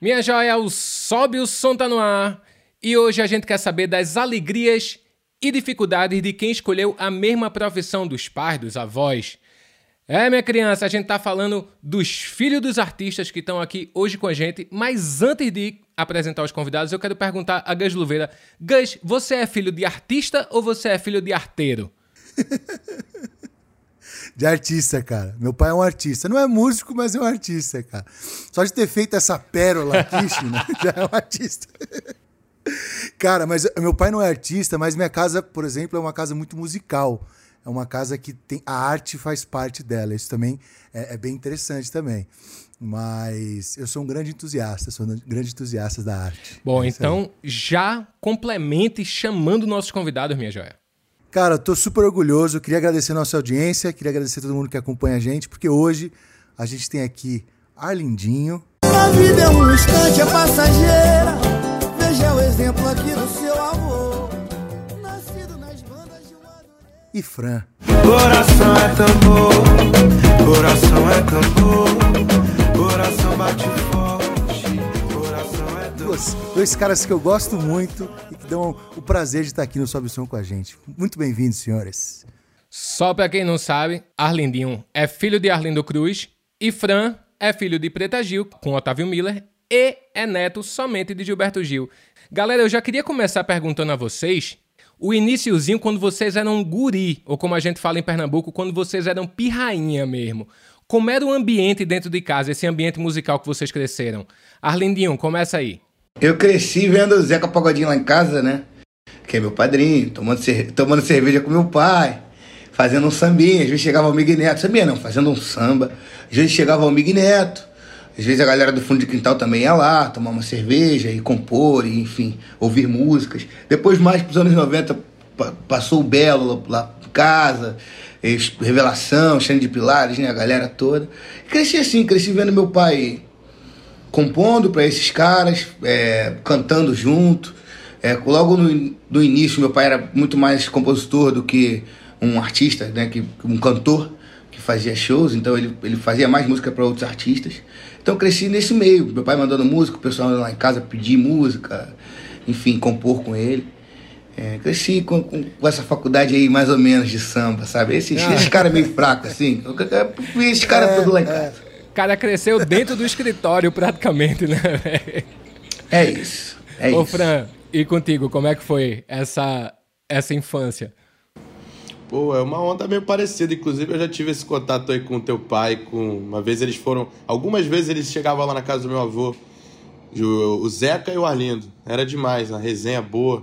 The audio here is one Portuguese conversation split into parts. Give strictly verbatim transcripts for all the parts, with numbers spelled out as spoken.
Minha joia, o Sobe o Som tá no ar. E hoje a gente quer saber das alegrias e dificuldades de quem escolheu a mesma profissão dos pais, dos avós. É, minha criança, a gente tá falando dos filhos dos artistas que estão aqui hoje com a gente. Mas antes de apresentar os convidados, eu quero perguntar a Gus Luveira. Gus, você é filho de artista ou você é filho de arteiro? De artista, cara. Meu pai é um artista. Não é músico, mas é um artista, cara. Só de ter feito essa pérola aqui, China, já é um artista. Cara, mas meu pai não é artista, mas minha casa, por exemplo, é uma casa muito musical. É uma casa que tem a arte faz parte dela. Isso também é, é bem interessante também. Mas eu sou um grande entusiasta, sou um grande entusiasta da arte. Bom, é então já complemente chamando nossos convidados, minha joia. Cara, eu tô super orgulhoso, queria agradecer a nossa audiência, queria agradecer a todo mundo que acompanha a gente, porque hoje a gente tem aqui Arlindinho. A vida é um instante, é passageira, veja o exemplo aqui do seu avô, nascido nas bandas de uma... E Fran. Coração é tambor, coração é tambor, coração bate forte, coração é tambor. Dois, dois caras que eu gosto muito e que dão o prazer de estar aqui no Sobe o Som com a gente. Muito bem-vindos, senhores. Só pra quem não sabe, Arlindinho é filho de Arlindo Cruz e Fran é filho de Preta Gil, com Otávio Miller, e é neto somente de Gilberto Gil. Galera, eu já queria começar perguntando a vocês o iniciozinho quando vocês eram guri, ou como a gente fala em Pernambuco, quando vocês eram pirrainha mesmo. Como era o ambiente dentro de casa, esse ambiente musical que vocês cresceram? Arlindinho, começa aí. Eu cresci vendo o Zeca Pagodinho lá em casa, né? Que é meu padrinho, tomando, cer- tomando cerveja com meu pai, fazendo um sambinha. Às vezes chegava o Mig Neto, sabia não? Fazendo um samba. Às vezes chegava o Mig Neto. Às vezes a galera do fundo de quintal também ia lá, tomar uma cerveja e compor, e, enfim, ouvir músicas. Depois, mais pros anos noventa, pa- passou o Belo lá em casa, ex- Revelação, Xande de Pilares, né? A galera toda. E cresci assim, cresci vendo meu pai compondo para esses caras, é, cantando junto. É, logo no, no início, meu pai era muito mais compositor do que um artista, né, que, um cantor que fazia shows, então ele, ele fazia mais música para outros artistas. Então eu cresci nesse meio, meu pai mandando música, o pessoal lá em casa pedir música, enfim, compor com ele. É, cresci com, com, com essa faculdade aí mais ou menos de samba, sabe? Esses, Ah. esses caras meio fracos, assim, eu, eu, eu, esses caras É, tudo lá em é. casa. O cara cresceu dentro do escritório praticamente, né, velho? É isso, é Ô, isso. Fran, e contigo, como é que foi essa, essa infância? Pô, é uma onda meio parecida. Inclusive, eu já tive esse contato aí com o teu pai. Com... Uma vez eles foram... Algumas vezes eles chegavam lá na casa do meu avô. O Zeca e o Arlindo. Era demais, uma resenha boa.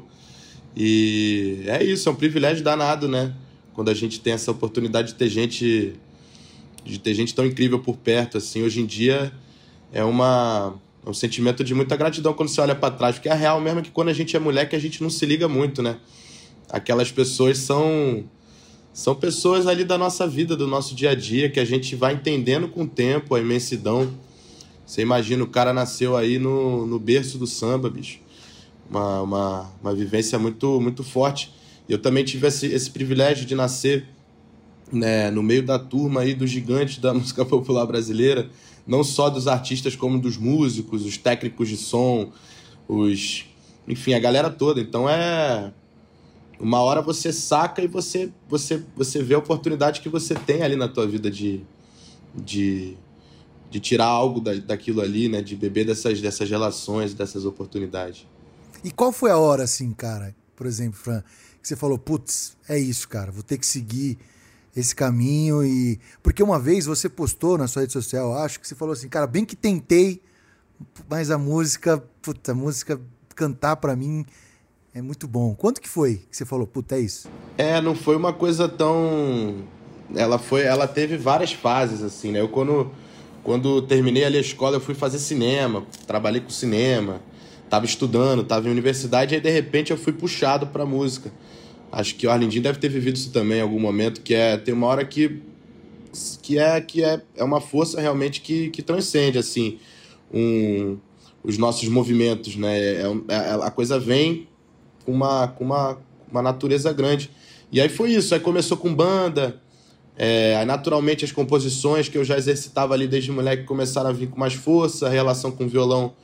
E é isso, é um privilégio danado, né? Quando a gente tem essa oportunidade de ter gente... De ter gente tão incrível por perto, assim. Hoje em dia é uma... É um sentimento de muita gratidão quando você olha pra trás. Porque a real mesmo é que quando a gente é moleque, a gente não se liga muito, né? Aquelas pessoas são... São pessoas ali da nossa vida, do nosso dia a dia, que a gente vai entendendo com o tempo, a imensidão. Você imagina, o cara nasceu aí no, no berço do samba, bicho. Uma, uma, uma vivência muito, muito forte. Eu também tive esse, esse privilégio de nascer, né, no meio da turma aí dos gigantes da música popular brasileira, não só dos artistas, como dos músicos, os técnicos de som, os... enfim, a galera toda. Então é... Uma hora você saca e você, você, você vê a oportunidade que você tem ali na tua vida de, de, de tirar algo da, daquilo ali, né? De beber dessas, dessas relações, dessas oportunidades. E qual foi a hora, assim, cara, por exemplo, Fran, que você falou, putz, é isso, cara, vou ter que seguir esse caminho e... Porque uma vez você postou na sua rede social, acho que você falou assim, cara, bem que tentei, mas a música, puta, a música cantar pra mim... É muito bom. Quanto que foi que você falou, puta, é isso? É, não foi uma coisa tão... Ela foi, ela teve várias fases, assim, né? Eu, quando, quando terminei ali a escola, eu fui fazer cinema, trabalhei com cinema, tava estudando, tava em universidade, e aí, de repente, eu fui puxado pra música. Acho que o Arlindinho deve ter vivido isso também em algum momento, que é... Tem uma hora que... Que é, que é, é uma força realmente que, que transcende, assim, um, os nossos movimentos, né? É, é, a coisa vem... com uma, com uma, uma natureza grande. E aí foi isso, aí começou com banda, é, aí naturalmente as composições que eu já exercitava ali desde moleque começaram a vir com mais força, a relação com o violão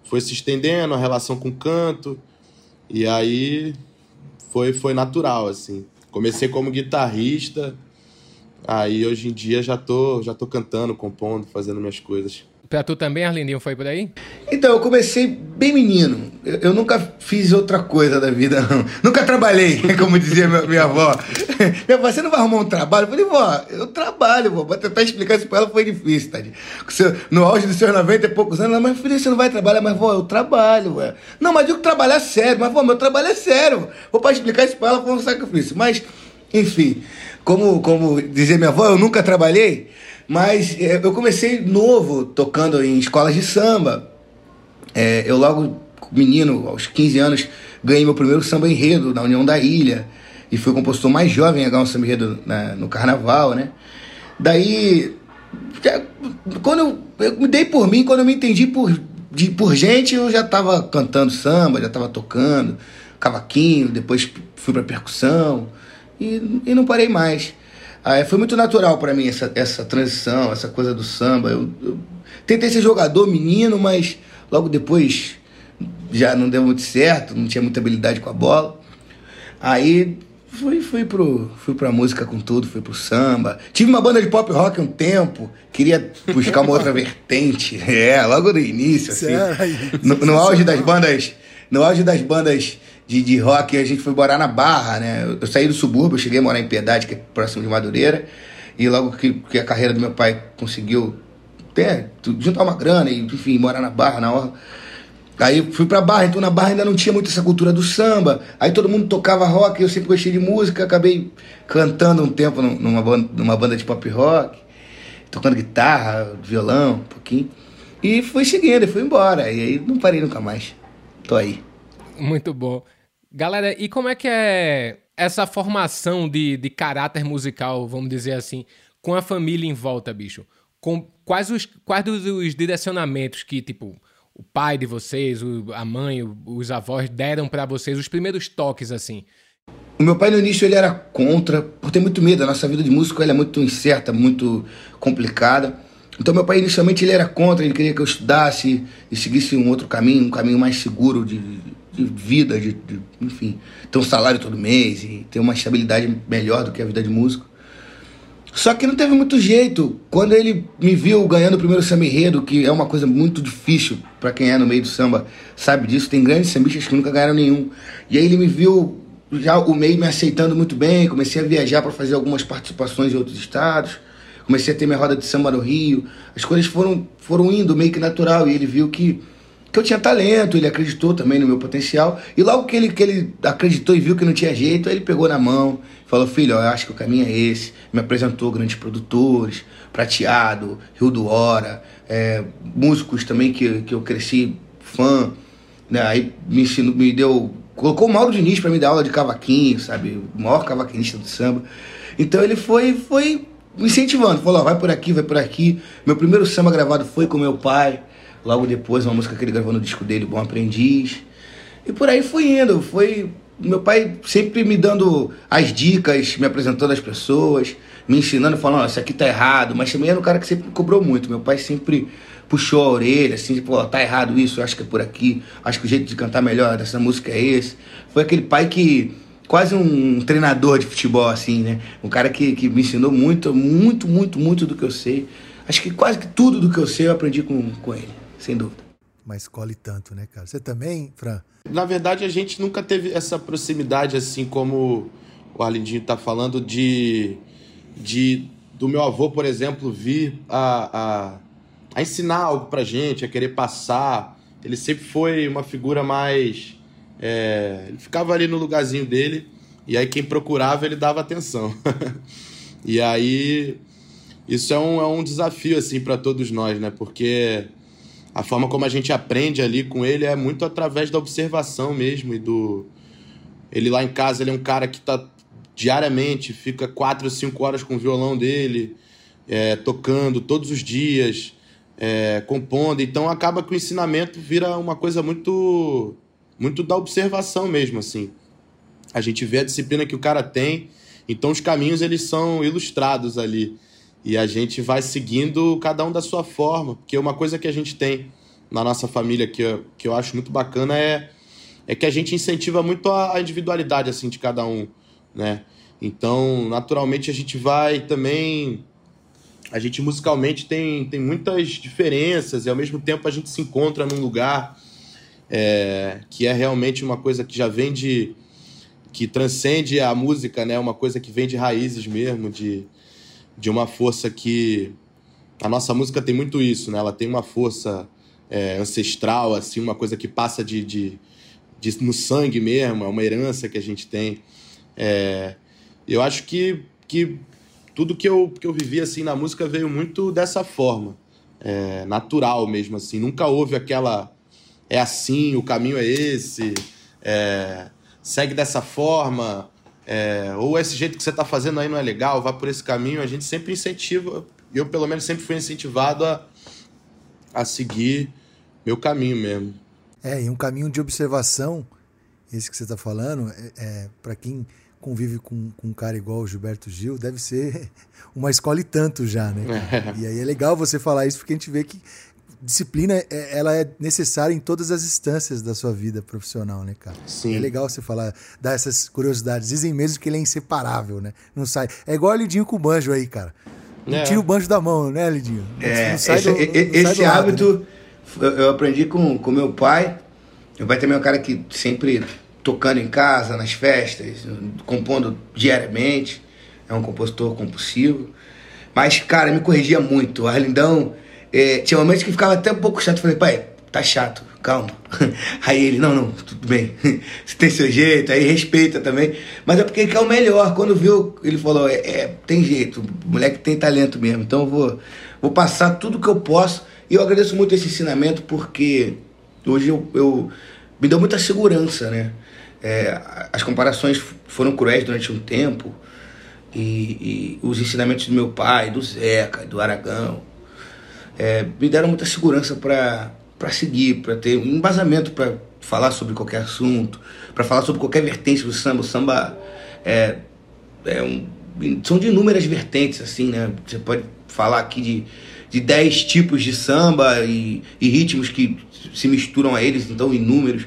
foi se estendendo a relação com o canto, e aí foi, foi natural, assim. Comecei como guitarrista, aí hoje em dia já tô, já tô cantando, compondo, fazendo minhas coisas. Pra tu também, Arlindinho, foi por aí? Então, eu comecei bem menino. Eu, eu nunca fiz outra coisa da vida, não. Nunca trabalhei, como dizia minha, minha avó. Minha avó, você não vai arrumar um trabalho? Eu falei, vó, eu trabalho, vó. Pra tentar explicar isso pra ela foi difícil, tadinho. No auge dos seus noventa e poucos anos, ela, mas filho, você não vai trabalhar? Mas, vó, eu trabalho, vó. Não, mas digo que trabalhar é sério. Mas, vó, meu trabalho é sério. Vou pra explicar isso pra ela foi um sacrifício. Mas, enfim, como, como dizia minha avó, eu nunca trabalhei. Mas é, eu comecei novo, tocando em escolas de samba. É, eu logo, menino, aos quinze anos, ganhei meu primeiro samba enredo na União da Ilha. E fui o compositor mais jovem a ganhar um samba enredo na, no carnaval, né? Daí, quando eu, eu me dei por mim, quando eu me entendi por, de, por gente, eu já estava cantando samba, já estava tocando cavaquinho, depois fui para percussão e, e não parei mais. Ah, foi muito natural para mim essa, essa transição, essa coisa do samba. Eu, eu tentei ser jogador menino, mas logo depois já não deu muito certo, não tinha muita habilidade com a bola. Aí fui, fui, pro, fui pra música com tudo, fui pro samba. Tive uma banda de pop rock um tempo, queria buscar uma outra vertente. É, logo no início, assim. No, no auge das bandas, no auge das bandas De, de rock, a gente foi morar na Barra, né? Eu, eu saí do subúrbio, eu cheguei a morar em Piedade, que é próximo de Madureira, e logo que, que a carreira do meu pai conseguiu ter, juntar uma grana e, enfim, morar na Barra, na Orla. Aí fui pra Barra, então na Barra ainda não tinha muito essa cultura do samba, aí todo mundo tocava rock, eu sempre gostei de música, acabei cantando um tempo numa banda, numa banda de pop rock, tocando guitarra, violão, um pouquinho, e fui seguindo, e fui embora, e aí não parei nunca mais, tô aí. Muito bom. Galera, e como é que é essa formação de, de caráter musical, vamos dizer assim, com a família em volta, bicho? Com, quais os, quais os, os direcionamentos que, tipo, o pai de vocês, o, a mãe, o, os avós deram pra vocês, os primeiros toques, assim? O meu pai, no início, ele era contra, por ter muito medo. A nossa vida de músico ela é muito incerta, muito complicada. Então, meu pai, inicialmente, ele era contra, ele queria que eu estudasse e seguisse um outro caminho, um caminho mais seguro de... de vida, de, de, enfim, ter um salário todo mês e ter uma estabilidade melhor do que a vida de músico. Só que não teve muito jeito. Quando ele me viu ganhando o primeiro samba enredo, que é uma coisa muito difícil para quem é no meio do samba, sabe disso, tem grandes sambistas que nunca ganharam nenhum. E aí ele me viu já o meio me aceitando muito bem, comecei a viajar para fazer algumas participações em outros estados, comecei a ter minha roda de samba no Rio, as coisas foram, foram indo meio que natural, e ele viu que que eu tinha talento, ele acreditou também no meu potencial, e logo que ele, que ele acreditou e viu que não tinha jeito, aí ele pegou na mão, falou, filho, ó, eu acho que o caminho é esse, me apresentou grandes produtores, Prateado, Rio do Hora, é, músicos também que, que eu cresci fã, né? Aí me ensinou, me deu, colocou o Mauro Diniz para me dar aula de cavaquinho, sabe, o maior cavaquinista do samba, então ele foi, foi me incentivando, falou, ó, vai por aqui, vai por aqui, meu primeiro samba gravado foi com meu pai, logo depois, uma música que ele gravou no disco dele, Bom Aprendiz. E por aí fui indo. Foi meu pai sempre me dando as dicas, me apresentando as pessoas, me ensinando, falando, oh, isso aqui tá errado. Mas também era um cara que sempre me cobrou muito. Meu pai sempre puxou a orelha, assim, tipo, oh, tá errado isso, eu acho que é por aqui. Acho que o jeito de cantar melhor dessa música é esse. Foi aquele pai que... quase um treinador de futebol, assim, né? Um cara que, que me ensinou muito, muito, muito, muito do que eu sei. Acho que quase que tudo do que eu sei eu aprendi com, com ele. Sem dúvida. Mas escolhe tanto, né, cara? Você também, Fran? Na verdade, a gente nunca teve essa proximidade, assim como o Arlindinho tá falando, de, de do meu avô, por exemplo, vir a, a, a ensinar algo pra gente, a querer passar. Ele sempre foi uma figura mais... É, ele ficava ali no lugarzinho dele, e aí quem procurava, ele dava atenção. E aí, isso é um, é um desafio, assim, pra todos nós, né? Porque... a forma como a gente aprende ali com ele é muito através da observação mesmo. E do... ele lá em casa, ele é um cara que tá diariamente, fica quatro ou cinco horas com o violão dele, é, tocando todos os dias, é, compondo. Então acaba que o ensinamento vira uma coisa muito, muito da observação mesmo, assim. A gente vê a disciplina que o cara tem, então os caminhos eles são ilustrados ali. E a gente vai seguindo cada um da sua forma, porque uma coisa que a gente tem na nossa família que eu, que eu acho muito bacana é, é que a gente incentiva muito a, a individualidade assim, de cada um, né? Então, naturalmente, a gente vai também... A gente musicalmente tem, tem muitas diferenças e ao mesmo tempo a gente se encontra num lugar é, que é realmente uma coisa que já vem de... que transcende a música, né? Uma coisa que vem de raízes mesmo, de, de uma força que... A nossa música tem muito isso, né? Ela tem uma força é, ancestral, assim, uma coisa que passa de, de, de, no sangue mesmo, é uma herança que a gente tem. É, eu acho que... que tudo que eu, que eu vivi assim, na música veio muito dessa forma, é, natural mesmo, assim. Nunca houve aquela, é assim, o caminho é esse, é, segue dessa forma, é, ou esse jeito que você está fazendo aí não é legal, vá por esse caminho. A gente sempre incentiva, eu pelo menos sempre fui incentivado a, a seguir meu caminho mesmo. É, e um caminho de observação, esse que você está falando, é, é, para quem... convive com, com um cara igual o Gilberto Gil, deve ser uma escola e tanto já, né? É. E aí é legal você falar isso, porque a gente vê que disciplina é, ela é necessária em todas as instâncias da sua vida profissional, né, cara? Sim. É legal você falar, dar essas curiosidades. Dizem mesmo que ele é inseparável, né? Não sai. É igual o Lidinho com o banjo aí, cara. Não é. Tira o banjo da mão, né, Lidinho? É, não sai esse, do, não esse sai do hábito lado, né? eu aprendi com, com meu pai. Meu pai também é um cara que sempre... tocando em casa, nas festas, compondo diariamente. É um compositor compulsivo. Mas, cara, me corrigia muito. O Arlindão, é, tinha momentos que ficava até um pouco chato. Eu falei, pai, tá chato, calma. Aí ele, não, não, tudo bem. Você tem seu jeito, aí respeita também. Mas é porque ele quer o melhor. Quando viu, ele falou, é, é tem jeito, o moleque tem talento mesmo. Então eu vou, vou passar tudo que eu posso. E eu agradeço muito esse ensinamento, porque hoje eu, eu me deu muita segurança, né? É, as comparações foram cruéis durante um tempo e, e os ensinamentos do meu pai, do Zeca, do Aragão, é, me deram muita segurança para para seguir, para ter um embasamento para falar sobre qualquer assunto, para falar sobre qualquer vertente do samba. O samba é, é um, são de inúmeras vertentes, assim, né? Você pode falar aqui de, de dez tipos de samba e, e ritmos que se misturam a eles, então inúmeros.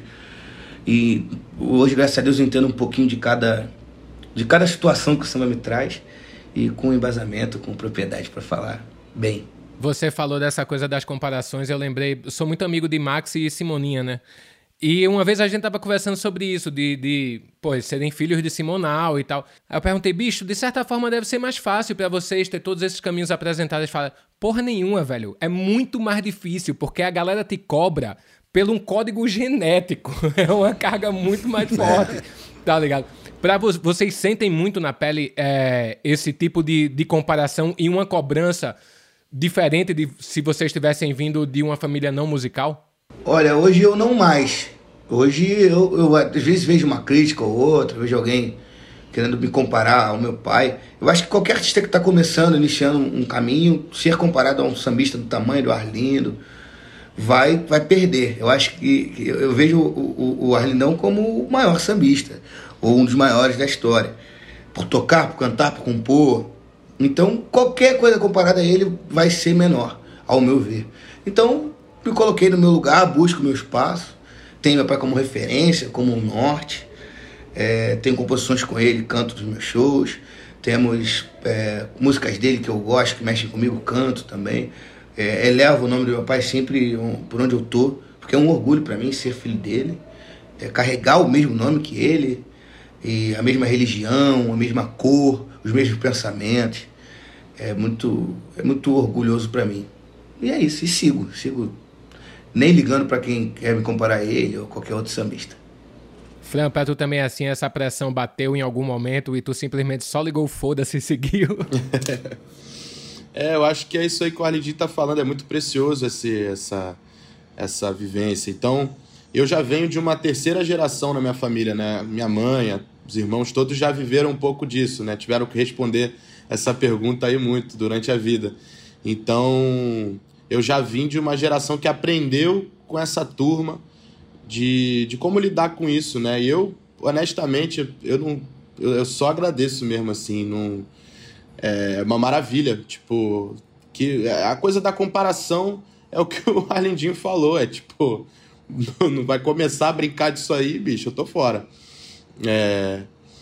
E hoje, graças a Deus, eu entendo um pouquinho de cada, de cada situação que o samba me traz e com embasamento, com propriedade para falar bem. Você falou dessa coisa das comparações, eu lembrei, eu sou muito amigo de Max e Simoninha, né? E uma vez a gente tava conversando sobre isso, de, de pô, serem filhos de Simonal e tal. Aí eu perguntei, bicho, de certa forma deve ser mais fácil pra vocês ter todos esses caminhos apresentados. Fala, porra nenhuma, velho. É muito mais difícil, porque a galera te cobra pelo um código genético. É uma carga muito mais forte, tá ligado? Pra vo- vocês sentem muito na pele é, esse tipo de, de comparação e uma cobrança diferente de se vocês tivessem vindo de uma família não musical? Olha, hoje eu não mais. Hoje eu, eu às vezes vejo uma crítica ou outra, vejo alguém querendo me comparar ao meu pai. Eu acho que qualquer artista que está começando, iniciando um caminho, ser comparado a um sambista do tamanho do Arlindo, vai, vai perder. Eu acho que, que eu vejo o, o, o Arlindão como o maior sambista, ou um dos maiores da história. Por tocar, por cantar, por compor. Então, qualquer coisa comparada a ele vai ser menor, ao meu ver. Então, me coloquei no meu lugar, busco o meu espaço. Tenho meu pai como referência, como um norte. É, tenho composições com ele, canto dos meus shows. Temos é, músicas dele que eu gosto, que mexem comigo, canto também. É, elevo o nome do meu pai sempre um, por onde eu tô, porque é um orgulho para mim ser filho dele. É, carregar o mesmo nome que ele, e a mesma religião, a mesma cor, os mesmos pensamentos. É muito, é muito orgulhoso para mim. E é isso, e sigo, sigo nem ligando para quem quer me comparar a ele ou qualquer outro sambista. Fran, pra tu também assim, essa pressão bateu em algum momento e tu simplesmente só ligou foda-se e seguiu? É, eu acho que é isso aí que o Arlindinho tá falando, é muito precioso esse, essa, essa vivência. Então, eu já venho de uma terceira geração na minha família, né? Minha mãe, os irmãos todos já viveram um pouco disso, né? Tiveram que responder essa pergunta aí muito durante a vida. Então, eu já vim de uma geração que aprendeu com essa turma de, de como lidar com isso, né? E eu, honestamente, eu, não, eu, eu só agradeço mesmo, assim, não, é uma maravilha, tipo, que a coisa da comparação é o que o Arlindinho falou, é tipo, não vai começar a brincar disso aí, bicho, eu tô fora. É...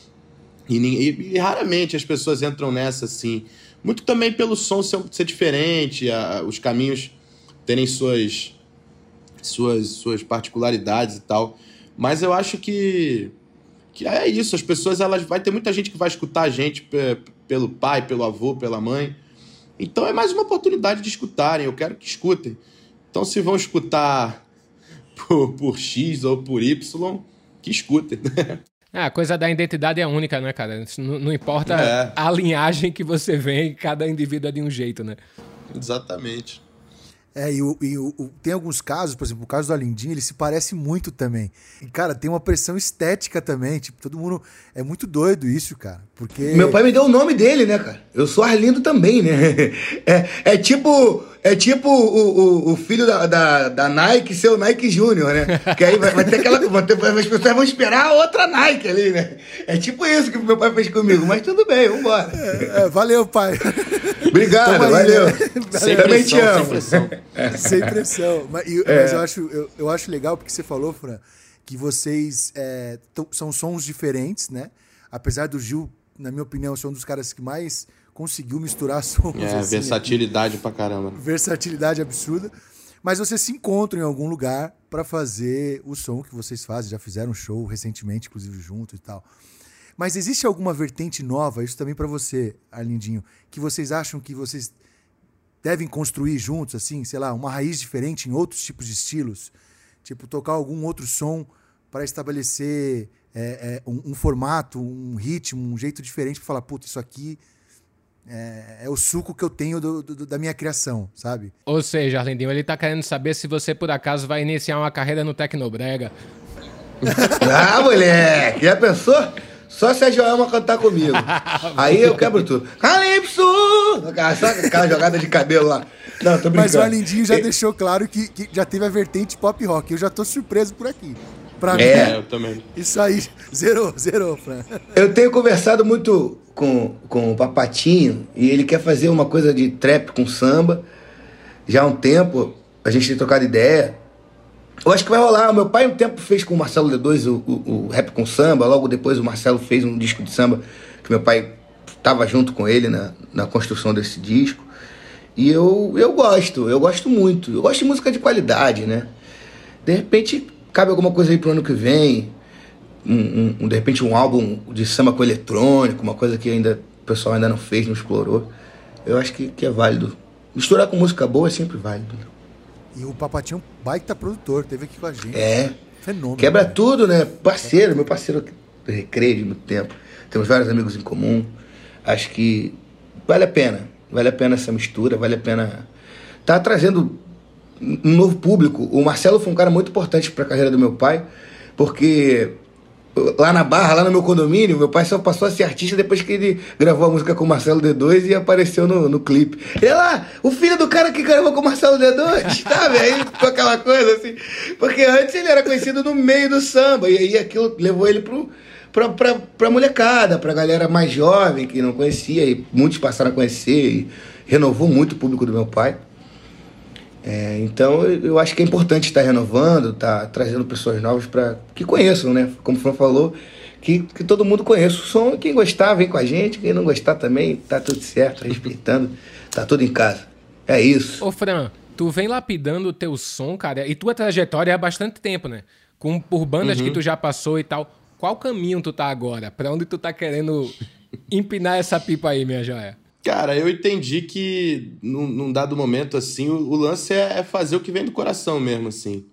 E, e, e raramente as pessoas entram nessa, assim. Muito também pelo som ser, ser diferente, a, os caminhos terem suas, suas, suas particularidades e tal. Mas eu acho que, que é isso. As pessoas, elas, vai ter muita gente que vai escutar a gente p- pelo pai, pelo avô, pela mãe. Então é mais uma oportunidade de escutarem. Eu quero que escutem. Então se vão escutar por, por X ou por Y, que escutem. É, a coisa da identidade é única, né, cara? Não, não importa É. a linhagem que você vem, cada indivíduo é de um jeito, né? Exatamente. É, e, o, e o, o- tem alguns casos, por exemplo, o caso do Arlindinho, ele se parece muito também. E, cara, tem uma pressão estética também. Tipo, todo mundo. É muito doido isso, cara. Porque. Meu pai me deu o nome dele, né, cara? Eu sou Arlindo também, né? É, é tipo, é tipo o, o, o filho da, da, da Nike ser o Nike Júnior, né? Que aí vai, vai ter aquela. Vai ter, as pessoas vão esperar a outra Nike ali, né? É tipo isso que meu pai fez comigo, mas tudo bem, vambora. É, valeu, pai. Obrigado, Tamo aí, valeu. né? Sem Também te pressão, sem amo. pressão. Sem pressão. Mas, e- É. mas eu, acho, eu, eu acho legal porque você falou, Fran, que vocês é, tão- são sons diferentes, né? Apesar do Gil, na minha opinião, ser um dos caras que mais conseguiu misturar sons. É, assim, versatilidade pra caramba. Né? versatilidade absurda. Mas vocês se encontram em algum lugar para fazer o som que vocês fazem. Já fizeram um show recentemente, inclusive, junto e tal. Mas existe alguma vertente nova, isso também para você, Arlindinho, que vocês acham que vocês devem construir juntos, assim, sei lá, uma raiz diferente em outros tipos de estilos? Tipo, tocar algum outro som para estabelecer é, é, um, um formato, um ritmo, um jeito diferente para falar, puta, isso aqui é, é o suco que eu tenho do- do- da minha criação, sabe? Ou seja, Arlindinho, ele tá querendo saber se você, por acaso, vai iniciar uma carreira no Tecnobrega. Ah, moleque, já pensou? Só se a Joelma cantar comigo. Aí eu quebro tudo. Calypso! Aquela, sabe aquela jogada de cabelo lá. Não, tô brincando. Mas o Arlindinho já É, deixou claro que, que já teve a vertente pop rock. Eu já tô surpreso por aqui. Pra É. mim, eu também. isso aí zerou, zerou, Fran. Eu tenho conversado muito com, com o Papatinho e ele quer fazer uma coisa de trap com samba. Já há um tempo, a gente tem trocado ideia. Eu acho que vai rolar. O meu pai um tempo fez com o Marcelo D dois o, o, o rap com samba. Logo depois o Marcelo fez um disco de samba que meu pai estava junto com ele na, na construção desse disco. E eu, eu gosto, eu gosto muito. Eu gosto de música de qualidade, né? De repente, cabe alguma coisa aí pro ano que vem. Um, um, um, de repente um álbum de samba com eletrônico, uma coisa que ainda o pessoal ainda não fez, não explorou. Eu acho que, que é válido. Misturar com música boa é sempre válido. E o Papatinho é um baita produtor, teve aqui com a gente. É. Fenômeno. Quebra né? tudo, né? Parceiro, meu parceiro do Recreio de muito tempo. Temos vários amigos em comum. Acho que vale a pena. Vale a pena essa mistura, vale a pena. Tá trazendo um novo público. O Marcelo foi um cara muito importante para a carreira do meu pai, porque lá na Barra, lá no meu condomínio, meu pai só passou a ser artista depois que ele gravou a música com o Marcelo D dois e apareceu no, no clipe. Ele é lá, o filho do cara que gravou com o Marcelo D dois, sabe? Aí ficou aquela coisa assim. Porque antes ele era conhecido no meio do samba, e aí aquilo levou ele pro, pra, pra, pra molecada, pra galera mais jovem que não conhecia, e muitos passaram a conhecer, e renovou muito o público do meu pai. É, então eu acho que é importante estar renovando, estar trazendo pessoas novas para que conheçam, né? Como o Fran falou, que, que todo mundo conheça o som. Quem gostar, vem com a gente. Quem não gostar também, tá tudo certo, respeitando. Tá tudo em casa. É isso. Ô, Fran, tu vem lapidando o teu som, cara, e tua trajetória há bastante tempo, né? Com, por bandas Uhum. que tu já passou e tal. Qual caminho tu tá agora? Pra onde tu tá querendo empinar essa pipa aí, minha joia? Cara, eu entendi que num, num dado momento, assim, o, o lance é, é fazer o que vem do coração mesmo, assim.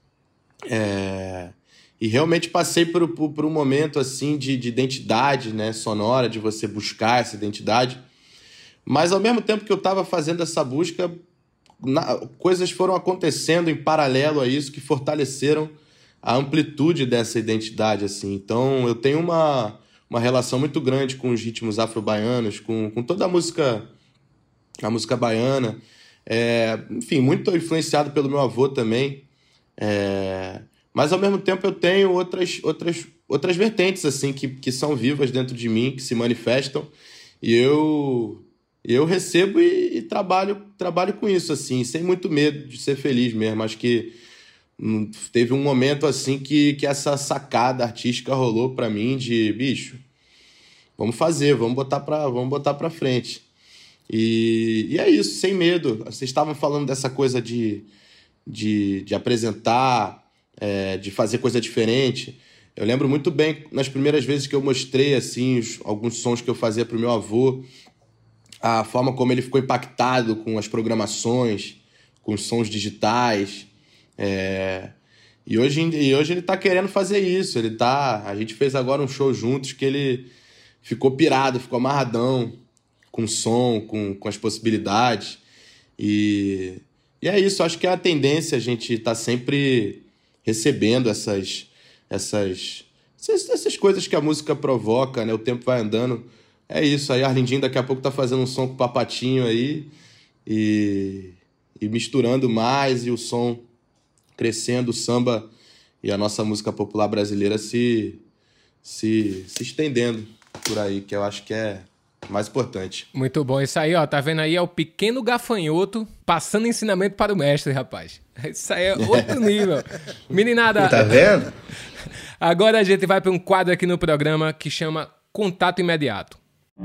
É... E realmente passei por, por, por um momento, assim, de, de identidade, né, sonora, de você buscar essa identidade. Mas, ao mesmo tempo que eu estava fazendo essa busca, na, coisas foram acontecendo em paralelo a isso que fortaleceram a amplitude dessa identidade, assim. Então, eu tenho uma... uma relação muito grande com os ritmos afro-baianos, com, com toda a música, a música baiana. É, enfim, muito influenciado pelo meu avô também. É, mas, ao mesmo tempo, eu tenho outras, outras, outras vertentes assim, que, que são vivas dentro de mim, que se manifestam. E eu, eu recebo e, e trabalho, trabalho com isso, assim, sem muito medo de ser feliz mesmo. Acho que hum, teve um momento, assim, que, que essa sacada artística rolou pra mim de, bicho, vamos fazer, vamos botar pra, vamos botar pra frente. E, e é isso, sem medo. Vocês estavam falando dessa coisa de, de, de apresentar, é, de fazer coisa diferente. Eu lembro muito bem, nas primeiras vezes que eu mostrei assim, os, alguns sons que eu fazia pro meu avô, a forma como ele ficou impactado com as programações, com os sons digitais. É... E, hoje, e hoje ele tá querendo fazer isso. Ele tá... A gente fez agora um show juntos que ele ficou pirado, ficou amarradão com o som, com, com as possibilidades. E... e é isso, acho que é a tendência, a gente tá sempre recebendo essas... Essas, essas, essas coisas que a música provoca, né? O tempo vai andando. É isso. Aí Arlindinho daqui a pouco tá fazendo um som com o Papatinho aí. E, e misturando mais. E o som crescendo, o samba e a nossa música popular brasileira se, se, se estendendo por aí. Que eu acho que é mais importante. Muito bom. Isso aí, ó. Tá vendo aí? É o pequeno gafanhoto passando ensinamento para o mestre, rapaz. Isso aí é outro nível. Meninada... Tá vendo? Agora a gente vai para um quadro aqui no programa que chama Contato Imediato.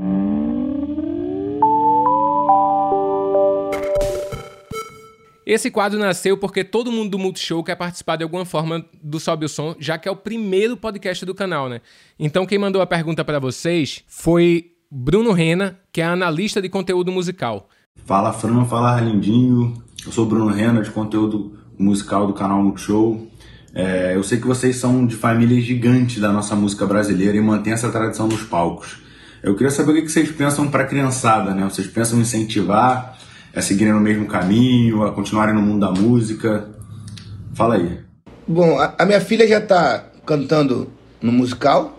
Esse quadro nasceu porque todo mundo do Multishow quer participar de alguma forma do Sobe o Som, já que é o primeiro podcast do canal, né? Então quem mandou a pergunta para vocês foi Bruno Rena, que é analista de conteúdo musical. Fala Fran, fala Arlindinho. Eu sou o Bruno Rena, de conteúdo musical do canal Multishow. É, eu sei que vocês são de família gigante da nossa música brasileira e mantêm essa tradição nos palcos. Eu queria saber o que vocês pensam para a criançada, né? Vocês pensam em incentivar a seguirem no mesmo caminho, a continuarem no mundo da música? Fala aí. Bom, a, a minha filha já tá cantando no musical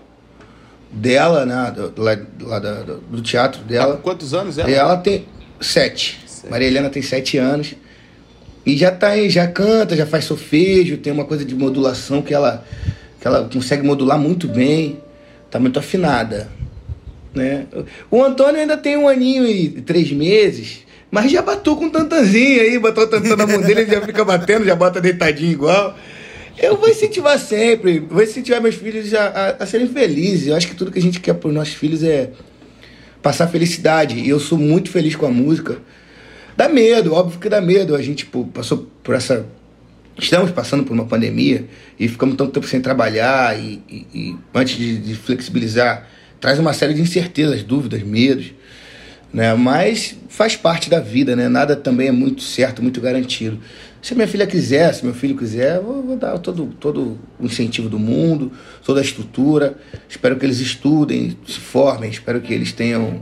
dela, né? Do, lá, lá da, do, do teatro dela. Tá com quantos anos ela? E ela tem sete. sete. Maria Helena tem sete anos. E já tá aí, já canta, já faz solfejo, tem uma coisa de modulação que ela, que ela consegue modular muito bem, tá muito afinada, né? O Antônio ainda tem um aninho e três meses, mas já batou com um tantanzinho aí, botou o tantã na mão dele, ele já fica batendo, já bota deitadinho igual. Eu vou incentivar sempre, vou incentivar meus filhos a, a, a serem felizes. Eu acho que tudo que a gente quer para os nossos filhos é passar felicidade, e eu sou muito feliz com a música. Dá medo, óbvio que dá medo. A gente pô, passou por essa... Estamos passando por uma pandemia e ficamos tanto tempo sem trabalhar e, e, e antes de, de flexibilizar, traz uma série de incertezas, dúvidas, medos, né? Mas faz parte da vida, né? Nada também é muito certo, muito garantido. Se minha filha quiser, se meu filho quiser, eu vou, vou dar todo, todo o incentivo do mundo, toda a estrutura. Espero que eles estudem, se formem, espero que eles tenham...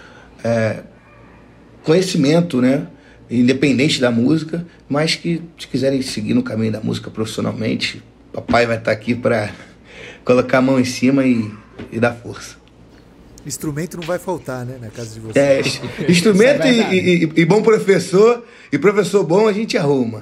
É, conhecimento, né, independente da música, mas que se quiserem seguir no caminho da música profissionalmente, papai vai estar aqui para colocar a mão em cima e, e dar força. Instrumento não vai faltar, né, na casa de vocês. É, instrumento é e, e, e bom professor, e professor bom a gente arruma.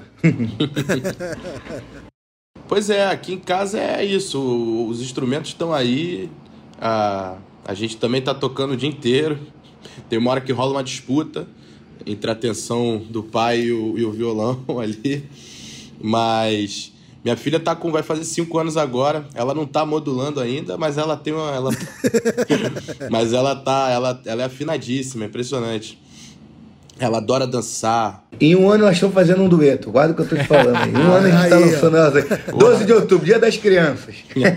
Pois é, aqui em casa é isso, os instrumentos estão aí, a, a gente também está tocando o dia inteiro. Tem uma hora que rola uma disputa entre a atenção do pai e o, e o violão ali. Mas minha filha tá com, vai fazer cinco anos agora. Ela não tá modulando ainda, mas ela tem uma... Ela, mas ela tá... Ela, ela é afinadíssima, é impressionante. Ela adora dançar. Em um ano nós estamos fazendo um dueto. Guarda o que eu tô te falando aí. Em um ano a gente tá lançando elas. doze de outubro, dia das crianças.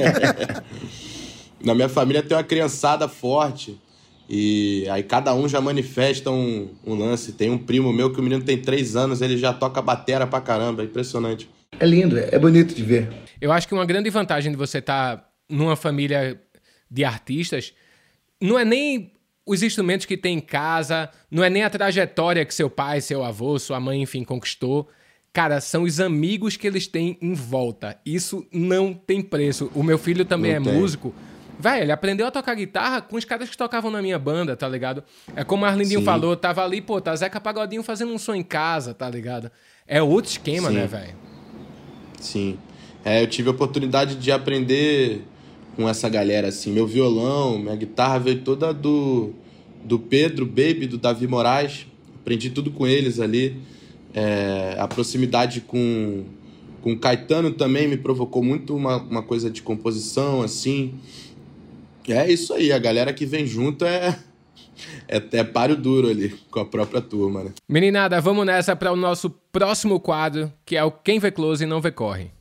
Na minha família tem uma criançada forte. E aí cada um já manifesta um, um lance. Tem um primo meu que o menino tem três anos, ele já toca batera pra caramba, é impressionante. É lindo, é bonito de ver. Eu acho que uma grande vantagem de você estar numa família de artistas não é nem os instrumentos que tem em casa, não é nem a trajetória que seu pai, seu avô, sua mãe, enfim, conquistou. Cara, são os amigos que eles têm em volta. Isso não tem preço. O meu filho também não é tem. músico. Véi, ele aprendeu a tocar guitarra com os caras que tocavam na minha banda, tá ligado? É como o Arlindinho Sim. falou, tava ali, pô, tá Zeca Pagodinho fazendo um som em casa, tá ligado? É outro esquema, Sim. né, velho? Sim. É, eu tive a oportunidade de aprender com essa galera, assim. Meu violão, minha guitarra veio toda do, do Pedro, Baby, do Davi Moraes. Aprendi tudo com eles ali. É, a proximidade com, com o Caetano também me provocou muito uma, uma coisa de composição, assim. É isso aí, a galera que vem junto é, é, é páreo duro ali com a própria turma, né? Meninada, vamos nessa para o nosso próximo quadro, que é o Quem Vê Close e Não Vê Corre.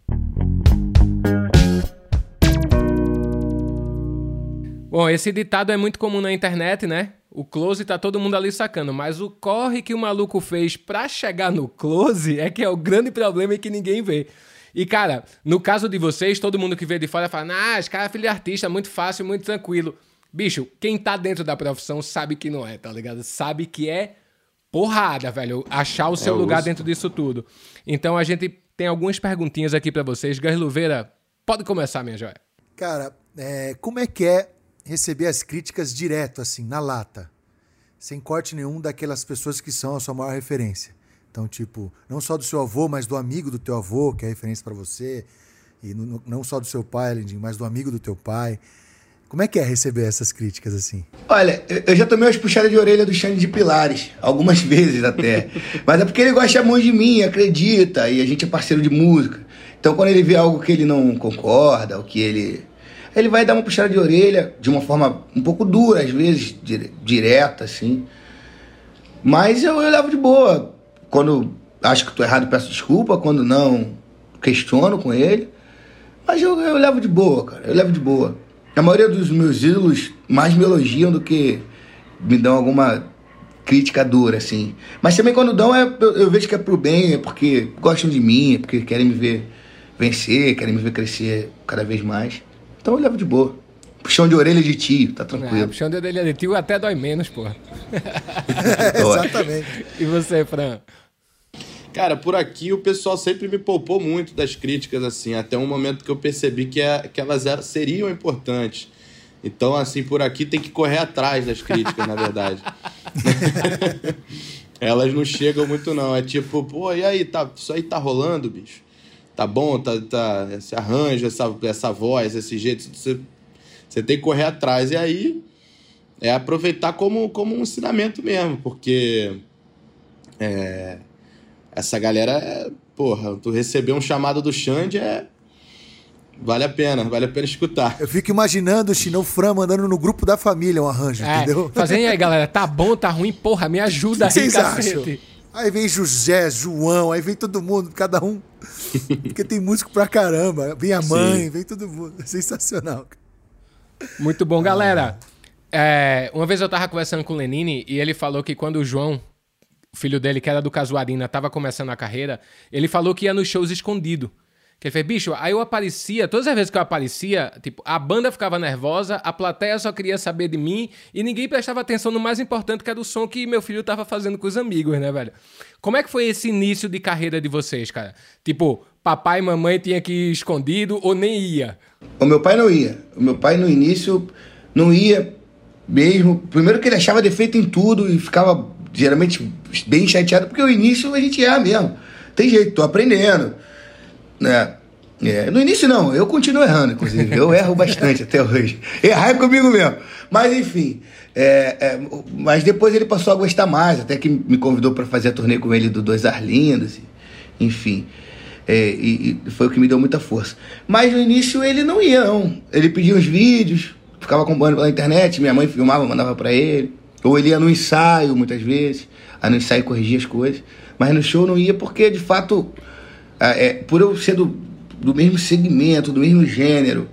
Bom, esse ditado é muito comum na internet, né? O close tá todo mundo ali sacando, mas o corre que o maluco fez pra chegar no close é que é o grande problema e que ninguém vê. E, cara, no caso de vocês, todo mundo que vê de fora fala, ah, esse cara é filho de artista, muito fácil, muito tranquilo. Bicho, quem tá dentro da profissão sabe que não é, tá ligado? Sabe que é porrada, velho, achar o seu é lugar osso. dentro disso tudo. Então a gente tem algumas perguntinhas aqui pra vocês. Gas Luveira, pode começar, minha joia. Cara, é, como é que é receber as críticas direto, assim, na lata? Sem corte nenhum daquelas pessoas que são a sua maior referência. Então, tipo, não só do seu avô, mas do amigo do teu avô, que é referência pra você. E no, não só do seu pai, Lindinho, mas do amigo do teu pai. Como é que é receber essas críticas, assim? Olha, eu já tomei umas puxadas de orelha do Xande de Pilares, algumas vezes até. Mas é porque ele gosta muito de mim, acredita, e a gente é parceiro de música. Então, quando ele vê algo que ele não concorda, ou que ele... ele vai dar uma puxada de orelha de uma forma um pouco dura, às vezes, dire- direta, assim. Mas eu, eu levo de boa. Quando acho que estou errado, peço desculpa. Quando não, questiono com ele. Mas eu, eu levo de boa, cara. Eu levo de boa. A maioria dos meus ídolos mais me elogiam do que me dão alguma crítica dura, assim. Mas também quando dão, é, eu, eu vejo que é pro bem, é porque gostam de mim, é porque querem me ver vencer, querem me ver crescer cada vez mais. Então eu levo de boa. Puxão de orelha de tio, tá tranquilo. É, puxão de orelha de tio até dói menos, porra. É, exatamente. E você, Fran? Cara, por aqui o pessoal sempre me poupou muito das críticas, assim, até um momento que eu percebi que, é, que elas eram, seriam importantes. Então, assim, por aqui tem que correr atrás das críticas, na verdade. Elas não chegam muito, não. É tipo, pô, e aí, tá, isso aí tá rolando, bicho? Tá bom, tá, tá, esse arranjo, essa, essa voz, esse jeito, você, você tem que correr atrás. E aí é aproveitar como, como um ensinamento mesmo, porque é, essa galera, é, porra, tu receber um chamado do Xande é... Vale a pena, vale a pena escutar. Eu fico imaginando o Chinão Fran mandando no grupo da família um arranjo, É, entendeu? fazendo aí, galera, tá bom, tá ruim, porra, me ajuda O que aí, vocês cacete. acham? Aí vem José, João, aí vem todo mundo, cada um. Porque tem músico pra caramba. Vem a mãe, Sim. vem todo mundo. Sensacional. Muito bom, galera. É, uma vez eu tava conversando com o Lenine e ele falou que quando o João, o filho dele, que era do Casuarina, tava começando a carreira, ele falou que ia nos shows escondido. Que ele fez, bicho, aí eu aparecia, todas as vezes que eu aparecia, tipo, a banda ficava nervosa, a plateia só queria saber de mim e ninguém prestava atenção no mais importante, que era o som que meu filho tava fazendo com os amigos, né, velho? Como é que foi esse início de carreira de vocês, cara? Tipo, papai e mamãe tinha que ir escondido ou nem ia? O meu pai não ia. O meu pai, no início, não ia mesmo. Primeiro que ele achava defeito em tudo e ficava, geralmente, bem chateado, porque o início a gente erra mesmo. Tem jeito, tô aprendendo. Né? É, no início não, eu continuo errando, inclusive. Eu erro bastante até hoje. Errar é comigo mesmo. Mas enfim, é, é, mas depois ele passou a gostar mais, até que me convidou para fazer a turnê com ele do Dois Arlindos, enfim. É, e, e foi o que me deu muita força. Mas no início ele não ia, não. Ele pedia uns vídeos, ficava acompanhando pela internet, minha mãe filmava, mandava para ele. Ou ele ia no ensaio, muitas vezes. Aí no ensaio corrigia as coisas. Mas no show não ia porque, de fato... É, por eu ser do, do mesmo segmento, do mesmo gênero,